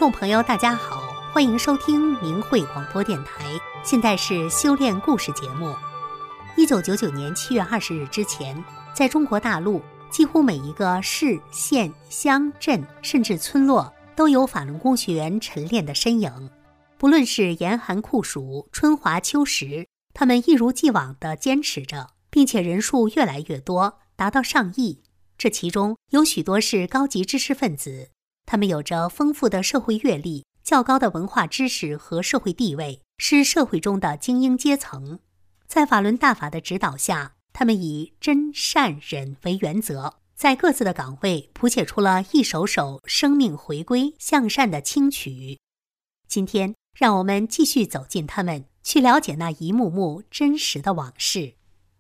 众朋友大家好，欢迎收听明慧广播电台，现在是修炼故事节目。1999年7月20日之前，在中国大陆几乎每一个市、县、乡、镇甚至村落都有法轮功学员晨练的身影。不论是严寒酷暑、春华秋实，他们一如既往地坚持着，并且人数越来越多，达到上亿。这其中有许多是高级知识分子，他们有着丰富的社会阅历、较高的文化知识和社会地位，是社会中的精英阶层。在法轮大法的指导下，他们以真善忍为原则，在各自的岗位谱写出了一首首生命回归向善的轻曲。今天让我们继续走进他们，去了解那一幕幕真实的往事。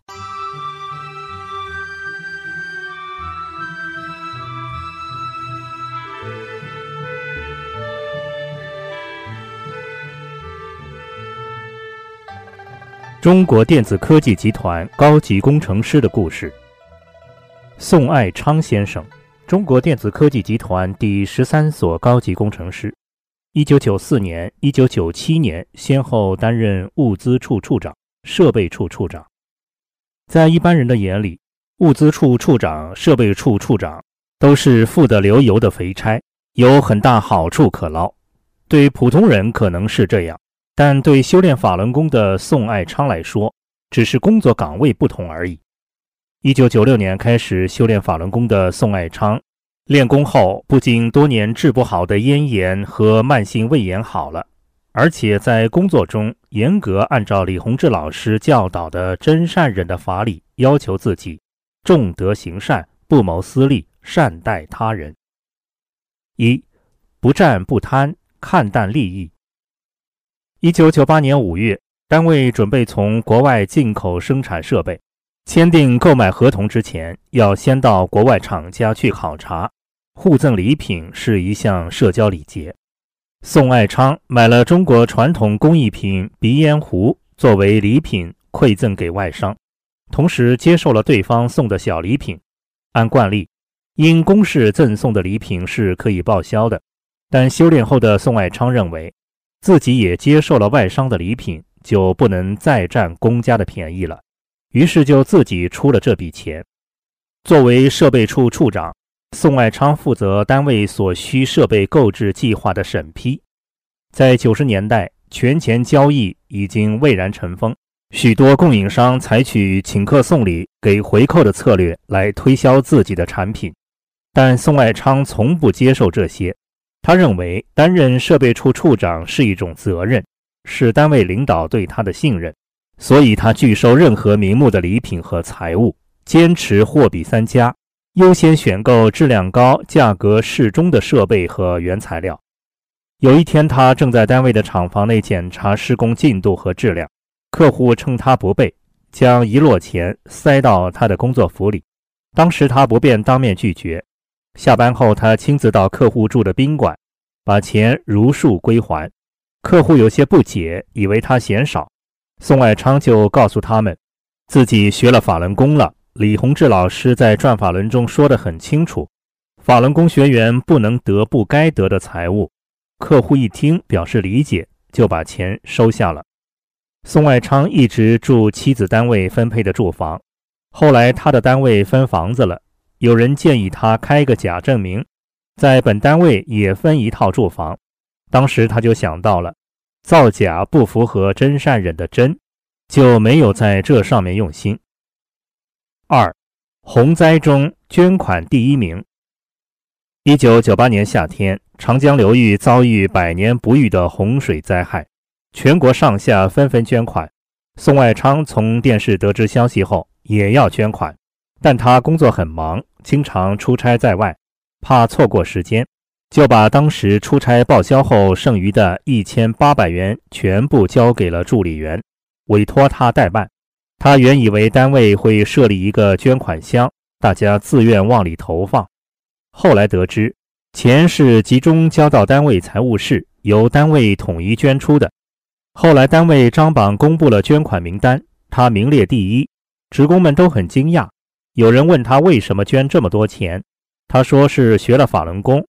中国电子科技集团高级工程师的故事。宋爱昌先生，中国电子科技集团第13所高级工程师，1994年、1997年先后担任物资处处长、设备处处长。在一般人的眼里，物资处处长、设备处处长都是富得流油的肥差，有很大好处可捞。对普通人可能是这样，但对修炼法轮功的宋爱昌来说，只是工作岗位不同而已。1996年开始修炼法轮功的宋爱昌，练功后不仅多年治不好的咽炎和慢性胃炎好了，而且在工作中严格按照李洪志老师教导的真善忍的法理要求自己，重德行善，不谋私利，善待他人。一、不占不贪，看淡利益。1998年5月，单位准备从国外进口生产设备，签订购买合同之前，要先到国外厂家去考察，互赠礼品是一项社交礼节。宋爱昌买了中国传统工艺品鼻烟壶作为礼品馈赠给外商，同时接受了对方送的小礼品。按惯例，因公事赠送的礼品是可以报销的，但修炼后的宋爱昌认为自己也接受了外商的礼品，就不能再占公家的便宜了，于是就自己出了这笔钱。作为设备处处长，宋爱昌负责单位所需设备购置计划的审批。在90年代，权钱交易已经蔚然成风，许多供应商采取请客送礼、给回扣的策略来推销自己的产品，但宋爱昌从不接受这些。他认为担任设备处处长是一种责任，是单位领导对他的信任，所以他拒收任何名目的礼品和财物，坚持货比三家，优先选购质量高、价格适中的设备和原材料。有一天，他正在单位的厂房内检查施工进度和质量，客户趁他不备，将一摞钱塞到他的工作服里。当时他不便当面拒绝，下班后他亲自到客户住的宾馆，把钱如数归还。客户有些不解，以为他嫌少。宋爱昌就告诉他们，自己学了法轮功了，李洪志老师在转法轮中说得很清楚，法轮功学员不能得不该得的财物。客户一听表示理解，就把钱收下了。宋爱昌一直住妻子单位分配的住房，后来他的单位分房子了，有人建议他开个假证明，在本单位也分一套住房。当时他就想到了造假不符合真善忍的真，就没有在这上面用心。二、洪灾中捐款第1名。1998年夏天，长江流域遭遇百年不遇的洪水灾害，全国上下纷纷捐款。宋爱昌从电视得知消息后也要捐款，但他工作很忙，经常出差在外，怕错过时间，就把当时出差报销后剩余的1800元全部交给了助理员，委托他代办。他原以为单位会设立一个捐款箱，大家自愿往里投放。后来得知，钱是集中交到单位财务室，由单位统一捐出的。后来单位张榜公布了捐款名单，他名列第一，职工们都很惊讶。有人问他为什么捐这么多钱，他说是学了法轮功，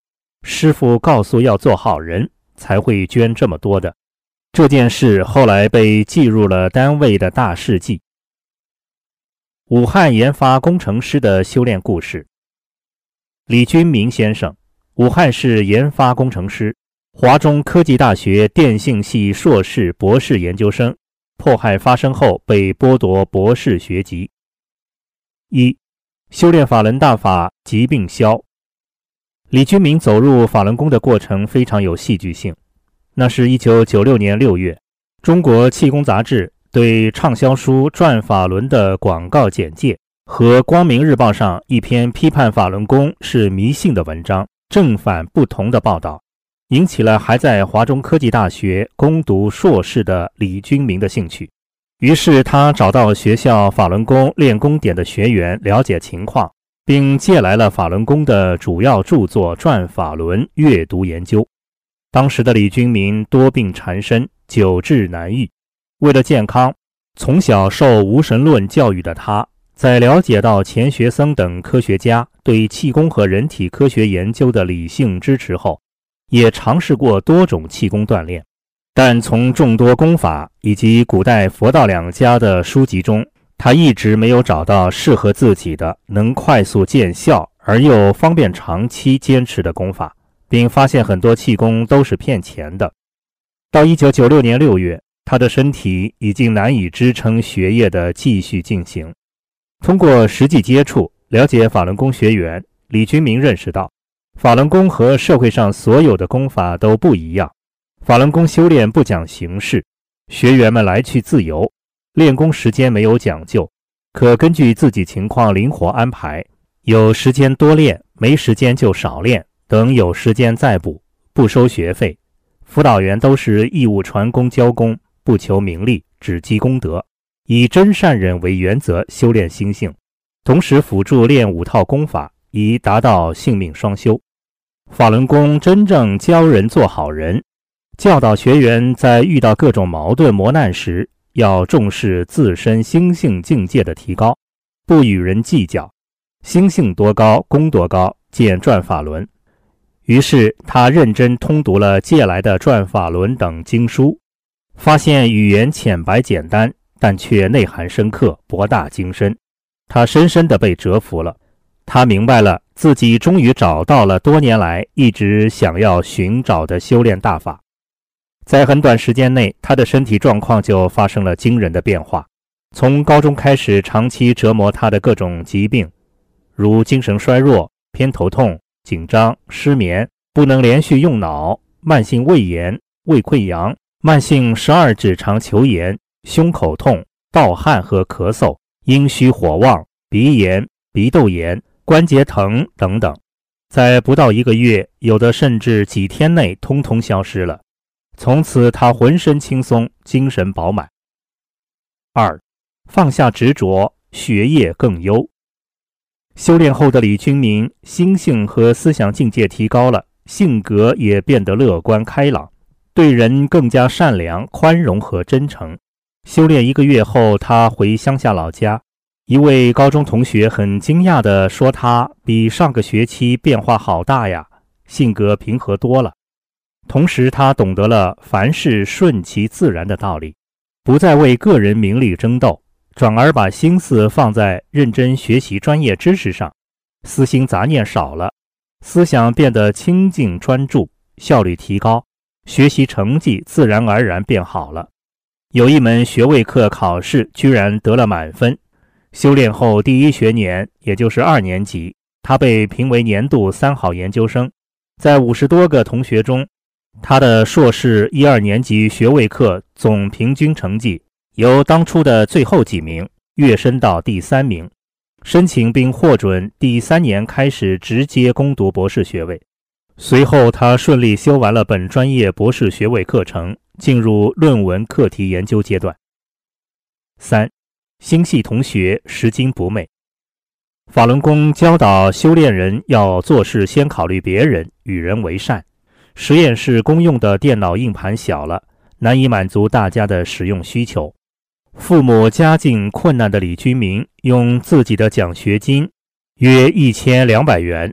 师傅告诉要做好人，才会捐这么多的。这件事后来被记入了单位的大事记。武汉研发工程师的修炼故事。李君明先生，武汉市研发工程师，华中科技大学电信系硕士、博士研究生，迫害发生后被剥夺博士学籍。一、修炼法轮大法，疾病消。李君明走入法轮功的过程非常有戏剧性。那是1996年6月，中国气功杂志对畅销书《转法轮》的广告简介和光明日报上一篇批判法轮功是迷信的文章，正反不同的报道，引起了还在华中科技大学攻读硕士的李君明的兴趣。于是他找到学校法轮功练功点的学员了解情况，并借来了法轮功的主要著作《转法轮》阅读研究。当时的李君明多病缠身，久治难愈。为了健康，从小受无神论教育的他，在了解到钱学森等科学家对气功和人体科学研究的理性支持后，也尝试过多种气功锻炼。但从众多功法以及古代佛道两家的书籍中，他一直没有找到适合自己的能快速见效而又方便长期坚持的功法，并发现很多气功都是骗钱的。到1996年6月，他的身体已经难以支撑学业的继续进行。通过实际接触，了解法轮功学员，李君明认识到，法轮功和社会上所有的功法都不一样。法轮功修炼不讲形式，学员们来去自由，练功时间没有讲究，可根据自己情况灵活安排，有时间多练，没时间就少练，等有时间再补，不收学费。辅导员都是义务传功教功，不求名利，只积功德，以真善忍为原则修炼心性，同时辅助练5套功法，以达到性命双修。法轮功真正教人做好人，教导学员在遇到各种矛盾磨难时，要重视自身心性境界的提高，不与人计较，心性多高功多高，见转法轮。于是他认真通读了借来的《转法轮》等经书，发现语言浅白简单，但却内涵深刻，博大精深。他深深地被折服了。他明白了自己终于找到了多年来一直想要寻找的修炼大法。在很短时间内，他的身体状况就发生了惊人的变化。从高中开始，长期折磨他的各种疾病，如精神衰弱、偏头痛、紧张、失眠、不能连续用脑、慢性胃炎、胃溃疡、慢性12指肠球炎、胸口痛、盗汗和咳嗽、阴虚火旺、鼻炎、鼻窦炎、关节疼等等，在不到1个月，有的甚至几天内通通消失了。从此他浑身轻松，精神饱满。2. 放下执着，学业更优。修炼后的李君明心性和思想境界提高了，性格也变得乐观开朗，对人更加善良、宽容和真诚。修炼1个月后，他回乡下老家，一位高中同学很惊讶地说，他比上个学期变化好大呀，性格平和多了。同时他懂得了凡事顺其自然的道理，不再为个人名利争斗，转而把心思放在认真学习专业知识上，私心杂念少了，思想变得清净专注，效率提高，学习成绩自然而然变好了。有一门学位课考试居然得了满分。修炼后第1学年，也就是2年级，他被评为年度3好研究生。在50多个同学中，他的硕士1、2年级学位课总平均成绩由当初的最后几名跃升到第3名，申请并获准第3年开始直接攻读博士学位。随后他顺利修完了本专业博士学位课程，进入论文课题研究阶段。3. 心系同学，拾金不昧。法轮功教导修炼人要做事先考虑别人，与人为善。实验室公用的电脑硬盘小了，难以满足大家的使用需求。父母家境困难的李君明用自己的奖学金约1200元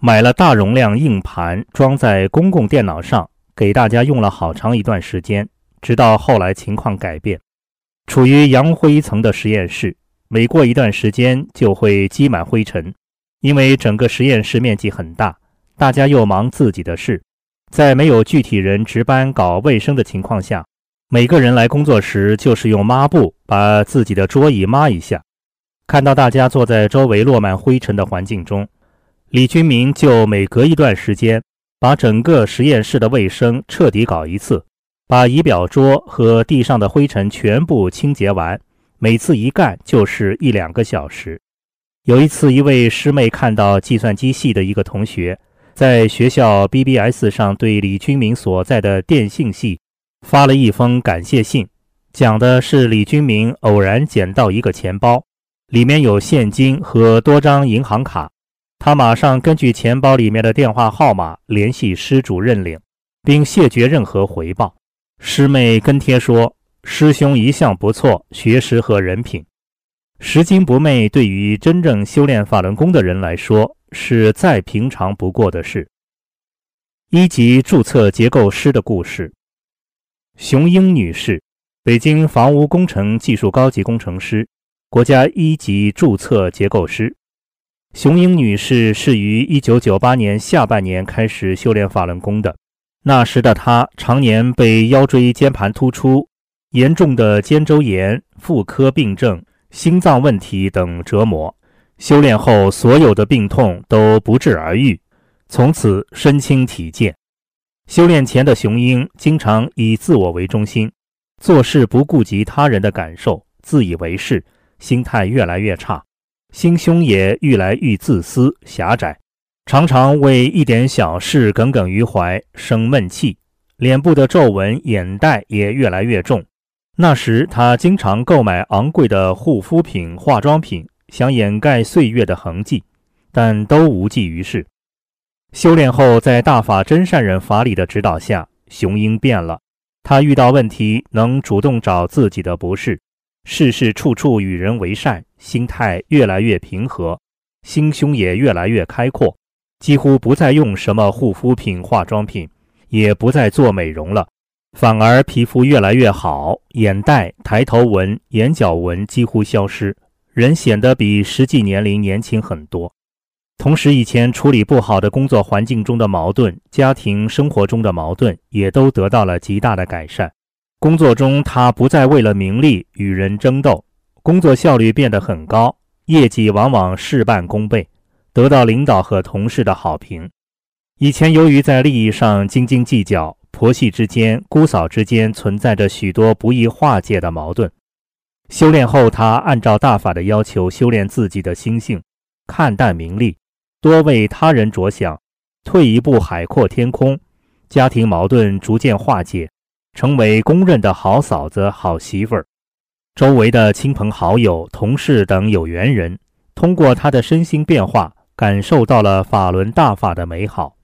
买了大容量硬盘装在公共电脑上，给大家用了好长一段时间，直到后来情况改变。处于扬灰层的实验室，每过一段时间就会积满灰尘，因为整个实验室面积很大，大家又忙自己的事，在没有具体人值班搞卫生的情况下，每个人来工作时就是用抹布把自己的桌椅抹一下。看到大家坐在周围落满灰尘的环境中，李军民就每隔一段时间把整个实验室的卫生彻底搞一次，把仪表桌和地上的灰尘全部清洁完，每次一干就是1-2个小时。有一次，一位师妹看到计算机系的一个同学在学校 BBS 上对李军民所在的电信系发了一封感谢信，讲的是李军民偶然捡到一个钱包，里面有现金和多张银行卡，他马上根据钱包里面的电话号码联系师主认领，并谢绝任何回报。师妹跟帖说，师兄一向不错，学识和人品。拾金不昧对于真正修炼法轮功的人来说是再平常不过的事。1级注册结构师的故事。熊英女士，北京房屋工程技术高级工程师，国家1级注册结构师。熊英女士是于1998年下半年开始修炼法轮功的，那时的她常年被腰椎间盘突出、严重的肩周炎、妇科病症、心脏问题等折磨，修炼后所有的病痛都不治而愈，从此身轻体健。修炼前的熊英经常以自我为中心，做事不顾及他人的感受，自以为是，心态越来越差，心胸也愈来愈自私狭窄，常常为一点小事耿耿于怀，生闷气，脸部的皱纹眼袋也越来越重。那时他经常购买昂贵的护肤品化妆品，想掩盖岁月的痕迹，但都无济于事。修炼后，在大法真善忍法理的指导下，熊英变了，他遇到问题能主动找自己的不是，事事处处与人为善，心态越来越平和，心胸也越来越开阔，几乎不再用什么护肤品化妆品，也不再做美容了，反而皮肤越来越好，眼袋、抬头纹、眼角纹几乎消失，人显得比实际年龄年轻很多。同时，以前处理不好的工作环境中的矛盾、家庭生活中的矛盾也都得到了极大的改善。工作中他不再为了名利与人争斗，工作效率变得很高，业绩往往事半功倍，得到领导和同事的好评。以前由于在利益上斤斤计较，婆媳之间、姑嫂之间存在着许多不易化解的矛盾。修炼后，他按照大法的要求修炼自己的心性，看淡名利，多为他人着想，退一步海阔天空，家庭矛盾逐渐化解，成为公认的好嫂子、好媳妇儿。周围的亲朋好友、同事等有缘人，通过他的身心变化，感受到了法轮大法的美好。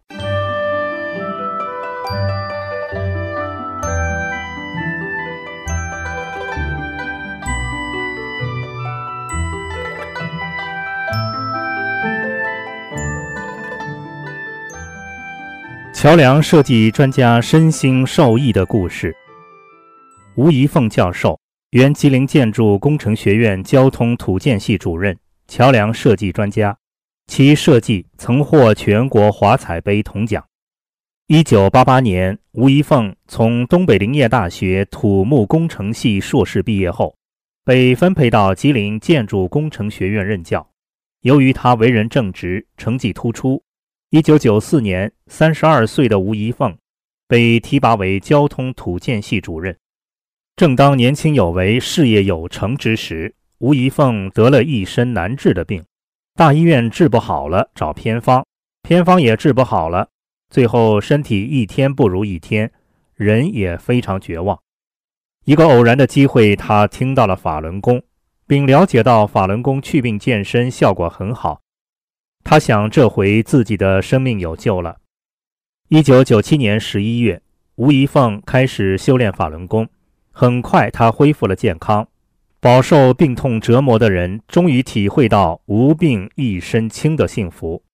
桥梁设计专家身心受益的故事。吴怡凤教授，原吉林建筑工程学院交通土建系主任，桥梁设计专家，其设计曾获全国华彩杯铜奖。1988年，吴怡凤从东北林业大学土木工程系硕士毕业后，被分配到吉林建筑工程学院任教。由于他为人正直，成绩突出，1994年，32岁的吴怡凤被提拔为交通土建系主任。正当年轻有为、事业有成之时，吴怡凤得了一身难治的病，大医院治不好了，找偏方，偏方也治不好了，最后身体一天不如一天，人也非常绝望。一个偶然的机会，他听到了法轮功，并了解到法轮功祛病健身效果很好。他想这回自己的生命有救了。1997年11月，吴怡凤开始修炼法轮功，很快他恢复了健康。饱受病痛折磨的人终于体会到无病一身轻的幸福。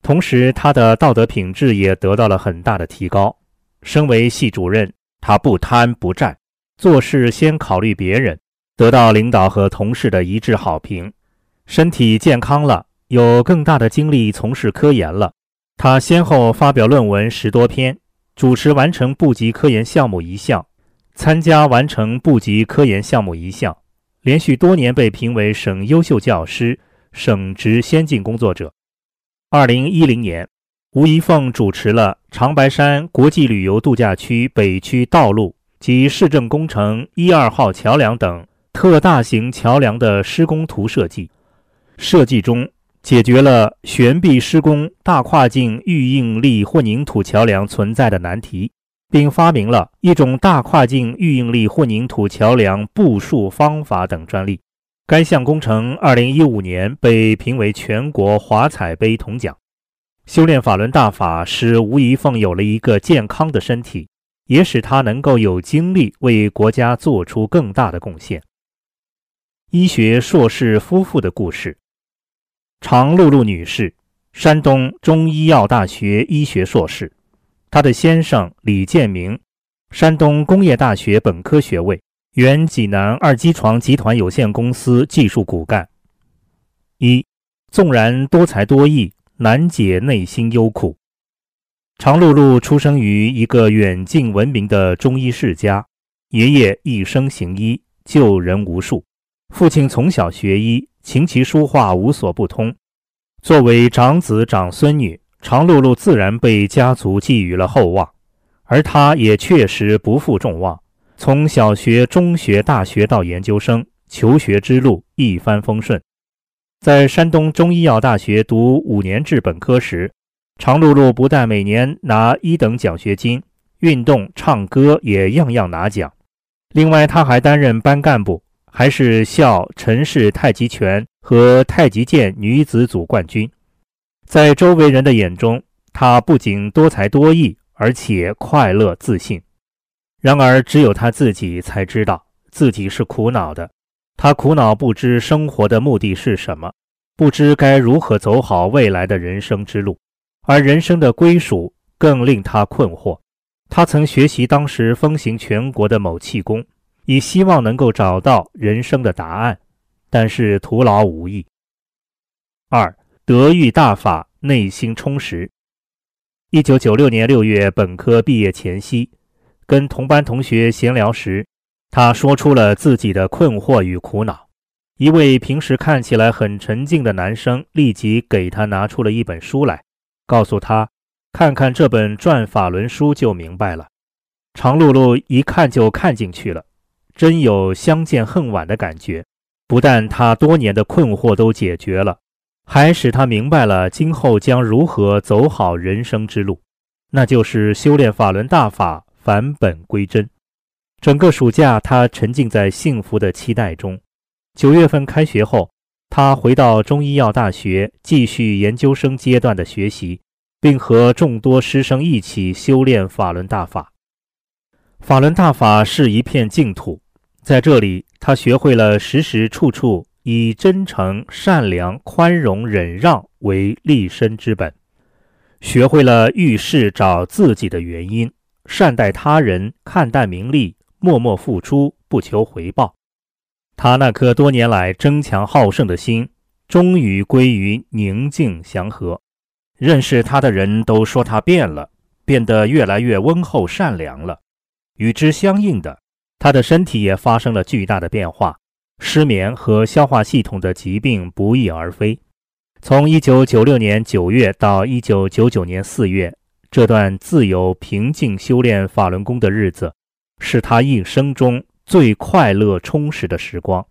同时他的道德品质也得到了很大的提高。身为系主任，他不贪不占，做事先考虑别人，得到领导和同事的一致好评。身体健康了，有更大的精力从事科研了。他先后发表论文10多篇，主持完成部级科研项目1项，参加完成部级科研项目1项，连续多年被评为省优秀教师、省直先进工作者。2010年，吴怡凤主持了长白山国际旅游度假区北区道路及市政工程1、2号桥梁等特大型桥梁的施工图设计，设计中解决了悬臂施工大跨境预应力混凝土桥梁存在的难题，并发明了一种大跨境预应力混凝土桥梁部署方法等专利。该项工程2015年被评为全国华彩杯铜奖。修炼法轮大法使吴怡凤有了一个健康的身体，也使她能够有精力为国家做出更大的贡献。医学硕士夫妇的故事。常露露女士，山东中医药大学医学硕士，她的先生李建明，山东工业大学本科学位，原济南二机床集团有限公司技术骨干。纵然多才多艺，难解内心忧苦。常露露出生于一个远近闻名的中医世家，爷爷一生行医，救人无数，父亲从小学医，琴棋书画无所不通。作为长子长孙女，常露露自然被家族寄予了厚望，而她也确实不负众望，从小学、中学、大学到研究生，求学之路一帆风顺。在山东中医药大学读5年制本科时，常露露不但每年拿1等奖学金，运动、唱歌也样样拿奖。另外，她还担任班干部，还是校陈氏太极拳和太极剑女子组冠军。在周围人的眼中，她不仅多才多艺，而且快乐自信。然而，只有她自己才知道自己是苦恼的。她苦恼不知生活的目的是什么，不知该如何走好未来的人生之路，而人生的归属更令她困惑。她曾学习当时风行全国的某气功，以希望能够找到人生的答案，但是徒劳无益。德育大法，内心充实。1996年6月本科毕业前夕，跟同班同学闲聊时，他说出了自己的困惑与苦恼。一位平时看起来很沉静的男生立即给他拿出了一本书来，告诉他看看这本转法轮书就明白了。常露露一看就看进去了，真有相见恨晚的感觉。不但他多年的困惑都解决了，还使他明白了今后将如何走好人生之路，那就是修炼法轮大法，返本归真。整个暑假，他沉浸在幸福的期待中。9月份开学后，他回到中医药大学继续研究生阶段的学习，并和众多师生一起修炼法轮大法。法轮大法是一片净土，在这里，他学会了时时处处以真诚、善良、宽容、忍让为立身之本，学会了遇事找自己的原因，善待他人，看淡名利，默默付出，不求回报。他那颗多年来争强好胜的心，终于归于宁静祥和。认识他的人都说他变了，变得越来越温厚善良了。与之相应的，他的身体也发生了巨大的变化，失眠和消化系统的疾病不翼而飞。从1996年9月到1999年4月，这段自由平静修炼法轮功的日子，是他一生中最快乐充实的时光。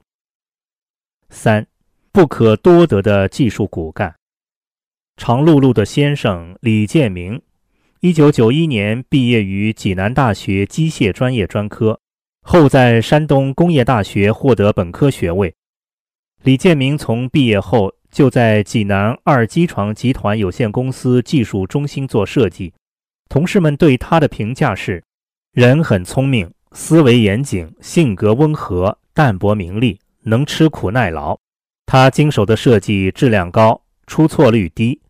不可多得的技术骨干。常露露的先生李建明，1991年毕业于济南大学机械专业专科，后在山东工业大学获得本科学位。李建明从毕业后就在济南二机床集团有限公司技术中心做设计，同事们对他的评价是：人很聪明，思维严谨，性格温和，淡泊名利，能吃苦耐劳。他经手的设计质量高，出错率低，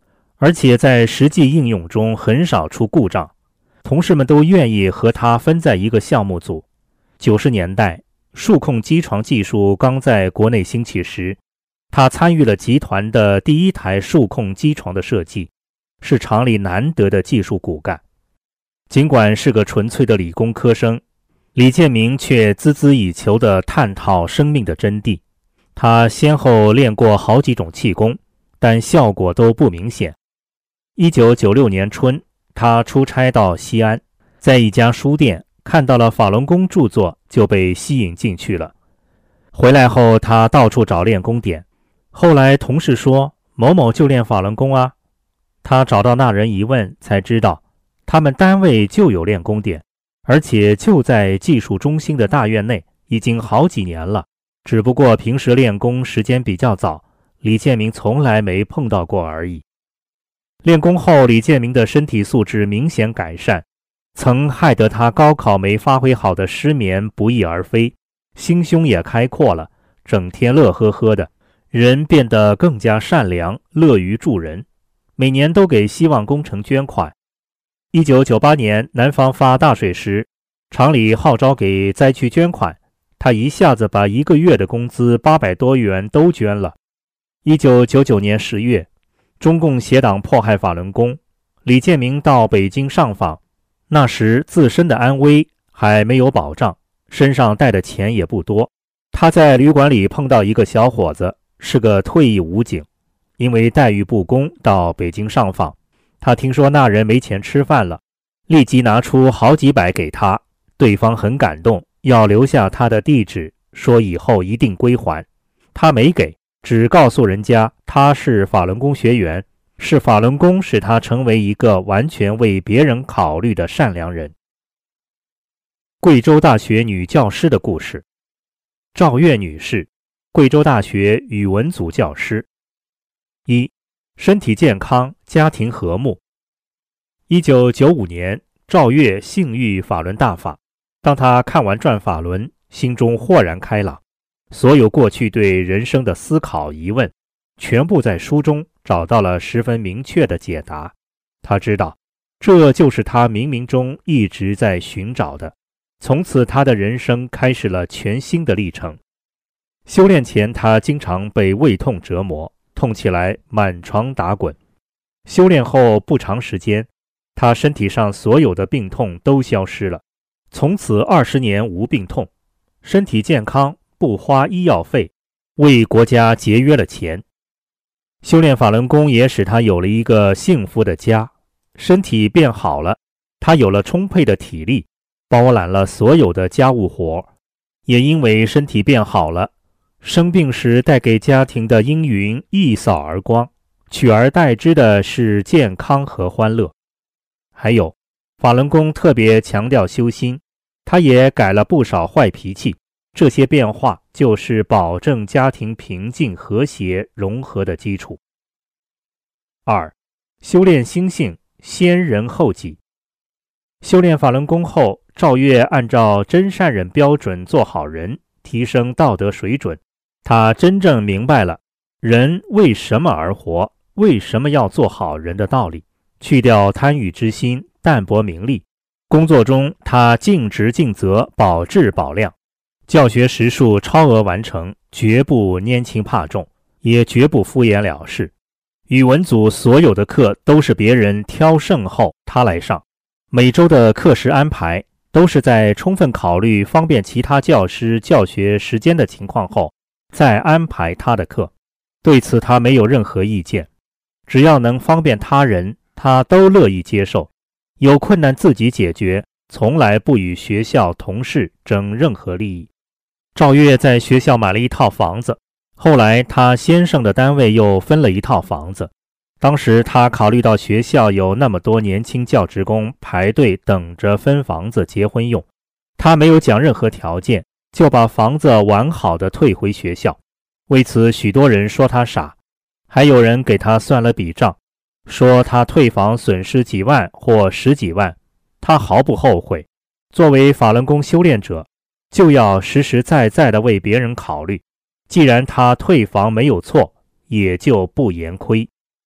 而且在实际应用中很少出故障，同事们都愿意和他分在一个项目组。90年代，数控机床技术刚在国内兴起时，他参与了集团的第一台数控机床的设计，是厂里难得的技术骨干。尽管是个纯粹的理工科生，李建明却孜孜以求地探讨生命的真谛。他先后练过好几种气功，但效果都不明显。1996年春，他出差到西安，在一家书店看到了法轮功著作，就被吸引进去了。回来后，他到处找练功点。后来同事说某某就练法轮功啊，他找到那人一问，才知道他们单位就有练功点，而且就在技术中心的大院内，已经好几年了。只不过平时练功时间比较早，李建明从来没碰到过而已。练功后，李建明的身体素质明显改善，曾害得他高考没发挥好的失眠不翼而飞，心胸也开阔了，整天乐呵呵的，人变得更加善良，乐于助人，每年都给希望工程捐款。1998年南方发大水时，厂里号召给灾区捐款，他一下子把1个月的工资800多元都捐了。1999年10月，中共协党迫害法轮功，李建明到北京上访，那时自身的安危还没有保障，身上带的钱也不多。他在旅馆里碰到一个小伙子，是个退役武警，因为待遇不公到北京上访。他听说那人没钱吃饭了，立即拿出好几百给他，对方很感动，要留下他的地址，说以后一定归还。他没给，只告诉人家他是法轮功学员，是法轮功使他成为一个完全为别人考虑的善良人。贵州大学女教师的故事。赵月女士，贵州大学语文组教师。1. 身体健康，家庭和睦。1995年，赵月幸遇法轮大法，当她看完转法轮，心中豁然开朗，所有过去对人生的思考疑问，全部在书中找到了十分明确的解答。她知道，这就是她冥冥中一直在寻找的。从此，她的人生开始了全新的历程。修炼前，她经常被胃痛折磨，痛起来满床打滚。修炼后不长时间，她身体上所有的病痛都消失了，从此20年无病痛，身体健康，不花医药费，为国家节约了钱。修炼法轮功也使她有了一个幸福的家，身体变好了，她有了充沛的体力，包揽了所有的家务活。也因为身体变好了，生病时带给家庭的阴云一扫而光，取而代之的是健康和欢乐。还有，法轮功特别强调修心，他也改了不少坏脾气，这些变化就是保证家庭平静和谐融合的基础。2. 修炼心性，先人后己。修炼法轮功后，赵月按照真善忍标准做好人，提升道德水准。他真正明白了人为什么而活，为什么要做好人的道理，去掉贪欲之心，淡泊名利。工作中，他尽职尽责，保质保量，教学时数超额完成，绝不拈轻怕重，也绝不敷衍了事。语文组所有的课都是别人挑剩后他来上，每周的课时安排都是在充分考虑方便其他教师教学时间的情况后再安排他的课，对此他没有任何意见，只要能方便他人，他都乐意接受，有困难自己解决，从来不与学校同事争任何利益。赵月在学校买了一套房子，后来他先生的单位又分了一套房子。当时他考虑到学校有那么多年轻教职工排队等着分房子结婚用，他没有讲任何条件，就把房子完好的退回学校。为此许多人说他傻，还有人给他算了笔账，说他退房损失几万或10几万。他毫不后悔，作为法轮功修炼者，就要实实在在地为别人考虑，既然他退房没有错，也就不言亏。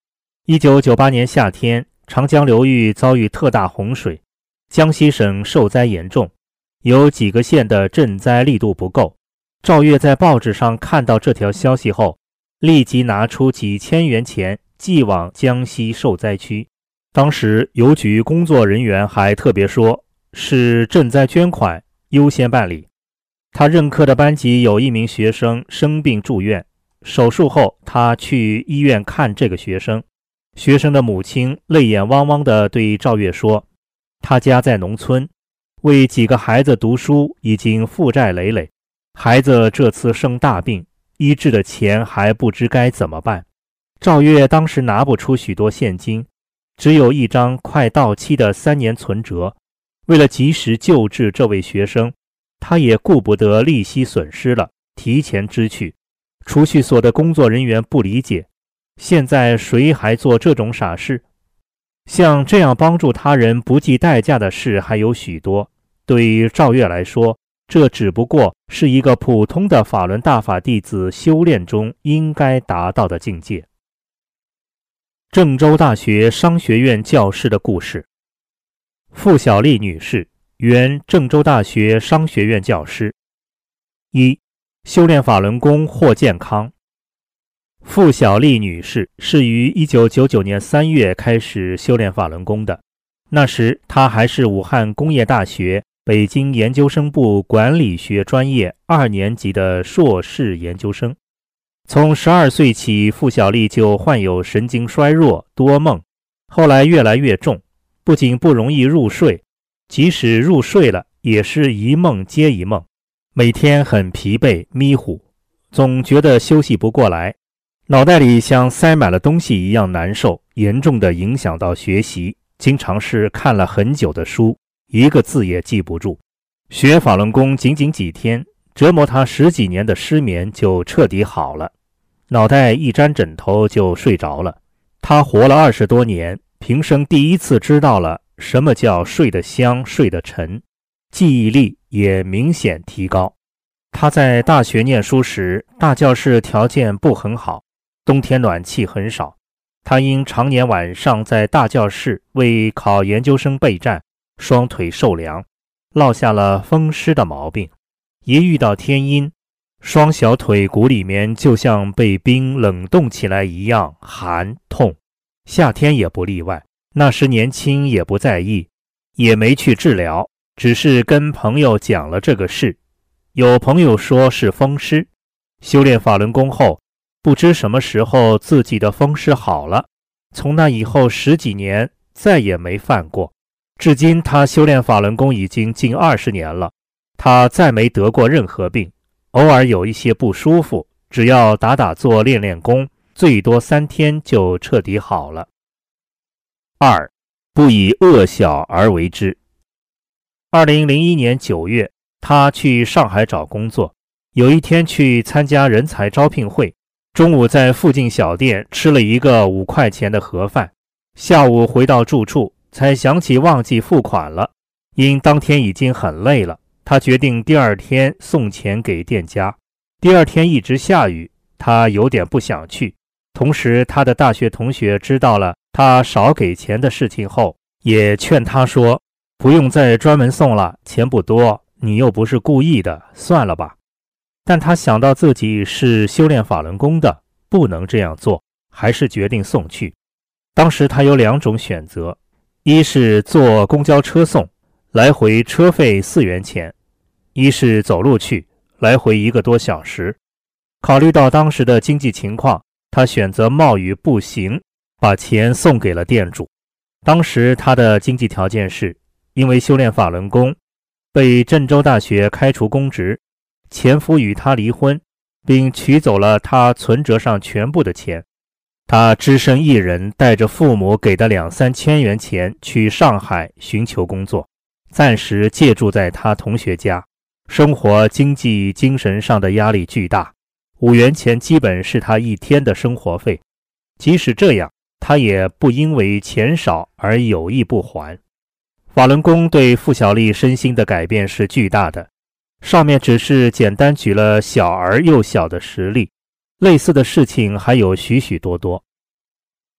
1998年夏天，长江流域遭遇特大洪水，江西省受灾严重，有几个县的赈灾力度不够。赵月在报纸上看到这条消息后，立即拿出几千元钱寄往江西受灾区。当时邮局工作人员还特别说，是赈灾捐款，优先办理。他任课的班级有一名学生生病住院，手术后他去医院看这个学生，学生的母亲泪眼汪汪地对赵月说，他家在农村，为几个孩子读书已经负债累累，孩子这次生大病，医治的钱还不知该怎么办。赵月当时拿不出许多现金，只有一张快到期的3年存折，为了及时救治这位学生，他也顾不得利息损失了，提前支取。储蓄所的工作人员不理解，现在谁还做这种傻事？像这样帮助他人不计代价的事还有许多，对于赵月来说，这只不过是一个普通的法轮大法弟子修炼中应该达到的境界。郑州大学商学院教师的故事。傅小丽女士，原郑州大学商学院教师。1. 修炼法轮功获健康。傅小丽女士是于1999年3月开始修炼法轮功的，那时她还是武汉工业大学北京研究生部管理学专业2年级的硕士研究生。从12岁起，傅小丽就患有神经衰弱、多梦，后来越来越重，不仅不容易入睡，即使入睡了，也是一梦接一梦，每天很疲惫、迷糊，总觉得休息不过来，脑袋里像塞满了东西一样难受，严重地影响到学习，经常是看了很久的书，一个字也记不住。学法轮功仅仅几天，折磨他10几年的失眠就彻底好了，脑袋一沾枕头就睡着了。他活了20多年，平生第一次知道了什么叫睡得香、睡得沉，记忆力也明显提高。他在大学念书时，大教室条件不很好，冬天暖气很少，他因常年晚上在大教室为考研究生备战，双腿受凉，落下了风湿的毛病。一遇到天阴，双小腿骨里面就像被冰冷冻起来一样寒痛，夏天也不例外。那时年轻也不在意，也没去治疗，只是跟朋友讲了这个事。有朋友说是风湿，修炼法轮功后，不知什么时候自己的风湿好了，从那以后10几年再也没犯过。至今他修炼法轮功已经近20年了，他再没得过任何病，偶尔有一些不舒服，只要打打坐练练功，最多3天就彻底好了。2. 不以恶小而为之。2001年9月，他去上海找工作，有一天去参加人才招聘会，中午在附近小店吃了一个5块钱的盒饭，下午回到住处才想起忘记付款了，因当天已经很累了，他决定第2天送钱给店家。第2天一直下雨，他有点不想去，同时他的大学同学知道了他少给钱的事情后，也劝他说，不用再专门送了，钱不多，你又不是故意的，算了吧。但他想到自己是修炼法轮功的，不能这样做，还是决定送去。当时他有2种选择，一是坐公交车送，来回车费4元钱，一是走路去，来回1个多小时。考虑到当时的经济情况，他选择冒雨步行，把钱送给了店主。当时他的经济条件是，因为修炼法轮功，被郑州大学开除公职，前夫与他离婚，并取走了他存折上全部的钱。他只身一人，带着父母给的2-3千元钱去上海寻求工作，暂时借住在他同学家，生活经济精神上的压力巨大，5元钱基本是他1天的生活费。即使这样，他也不因为钱少而有意不还。法轮功对傅小丽身心的改变是巨大的，上面只是简单举了小而又小的实例，类似的事情还有许许多多。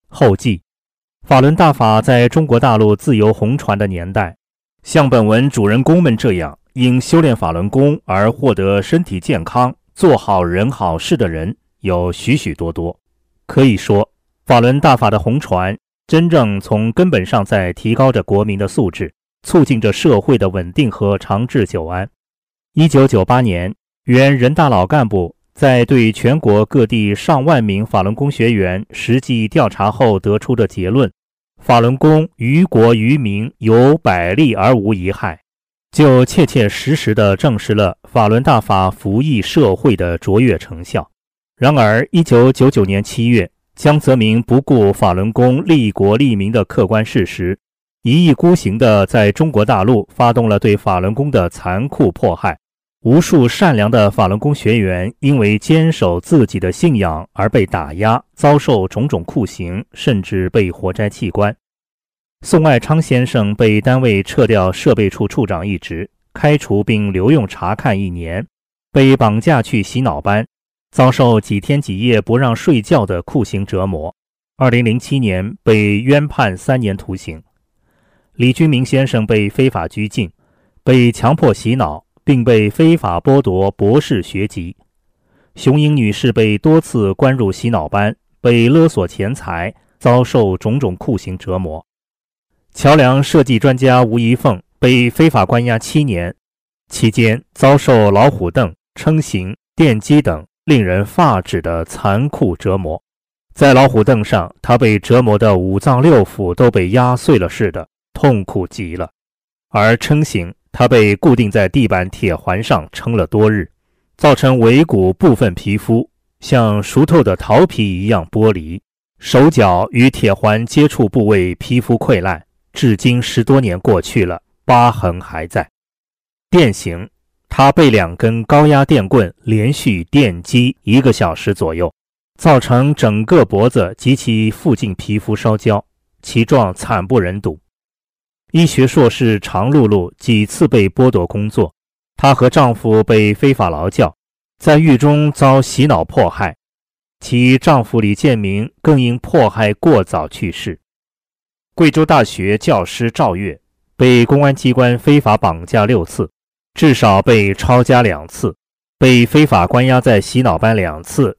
后记：法轮大法在中国大陆自由弘传的年代，像本文主人公们这样因修炼法轮功而获得身体健康、做好人好事的人有许许多多。可以说，法轮大法的弘传真正从根本上在提高着国民的素质，促进着社会的稳定和长治久安。1998年，原人大老干部在对全国各地上万名法轮功学员实际调查后得出的结论，法轮功于国于民有百利而无一害，就切切实实地证实了法轮大法服役社会的卓越成效。然而1999年7月，江泽民不顾法轮功利国利民的客观事实，一意孤行地在中国大陆发动了对法轮功的残酷迫害。无数善良的法轮功学员因为坚守自己的信仰而被打压，遭受种种酷刑，甚至被活摘器官。宋爱昌先生被单位撤掉设备处处长一职，开除并留用察看1年，被绑架去洗脑班，遭受几天几夜不让睡觉的酷刑折磨。2007年被冤判3年徒刑。李君明先生被非法拘禁，被强迫洗脑，并被非法剥夺博士学籍。熊英女士被多次关入洗脑班，被勒索钱财，遭受种种酷刑折磨。桥梁设计专家吴一凤被非法关押7年，期间遭受老虎凳、撑刑、电击等令人发指的残酷折磨。在老虎凳上，他被折磨得5脏6腑都被压碎了似的，痛苦极了。而撑刑，他被固定在地板铁环上撑了多日，造成尾骨部分皮肤像熟透的桃皮一样剥离，手脚与铁环接触部位皮肤溃烂，至今10多年过去了，疤痕还在。电刑，他被2根高压电棍连续电击1个小时左右，造成整个脖子及其附近皮肤烧焦，其状惨不忍睹。医学硕士常露露几次被剥夺工作，她和丈夫被非法劳教，在狱中遭洗脑迫害，其丈夫李建明更因迫害过早去世。贵州大学教师赵月被公安机关非法绑架6次，至少被抄家2次，被非法关押在洗脑班2次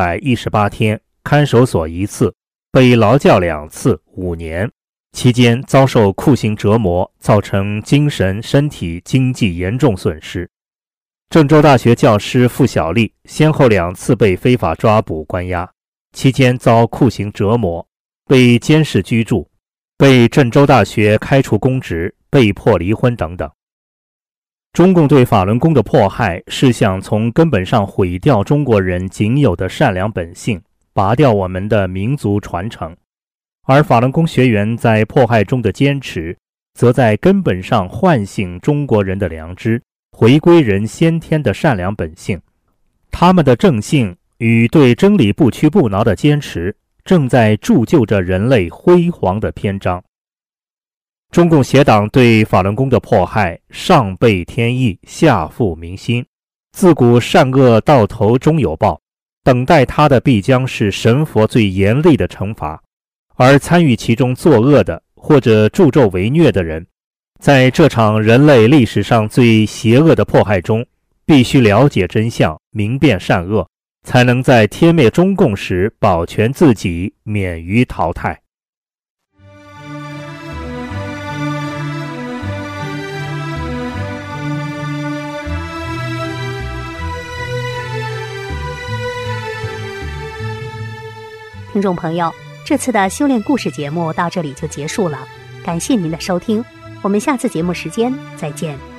118天，看守所1次，被劳教2次5年，期间遭受酷刑折磨，造成精神、身体、经济严重损失。郑州大学教师付小丽先后2次被非法抓捕关押，期间遭酷刑折磨，被监视居住，被郑州大学开除公职，被迫离婚等等。中共对法轮功的迫害是想从根本上毁掉中国人仅有的善良本性，拔掉我们的民族传承。而法轮功学员在迫害中的坚持，则在根本上唤醒中国人的良知，回归人先天的善良本性。他们的正性与对真理不屈不挠的坚持，正在铸就着人类辉煌的篇章。中共邪党对法轮功的迫害，上背天意，下覆民心，自古善恶到头终有报，等待他的必将是神佛最严厉的惩罚。而参与其中作恶的或者助纣为虐的人，在这场人类历史上最邪恶的迫害中，必须了解真相，明辨善恶，才能在天灭中共时保全自己，免于淘汰。 听众朋友，这次的修炼故事节目到这里就结束了，感谢您的收听，我们下次节目时间再见。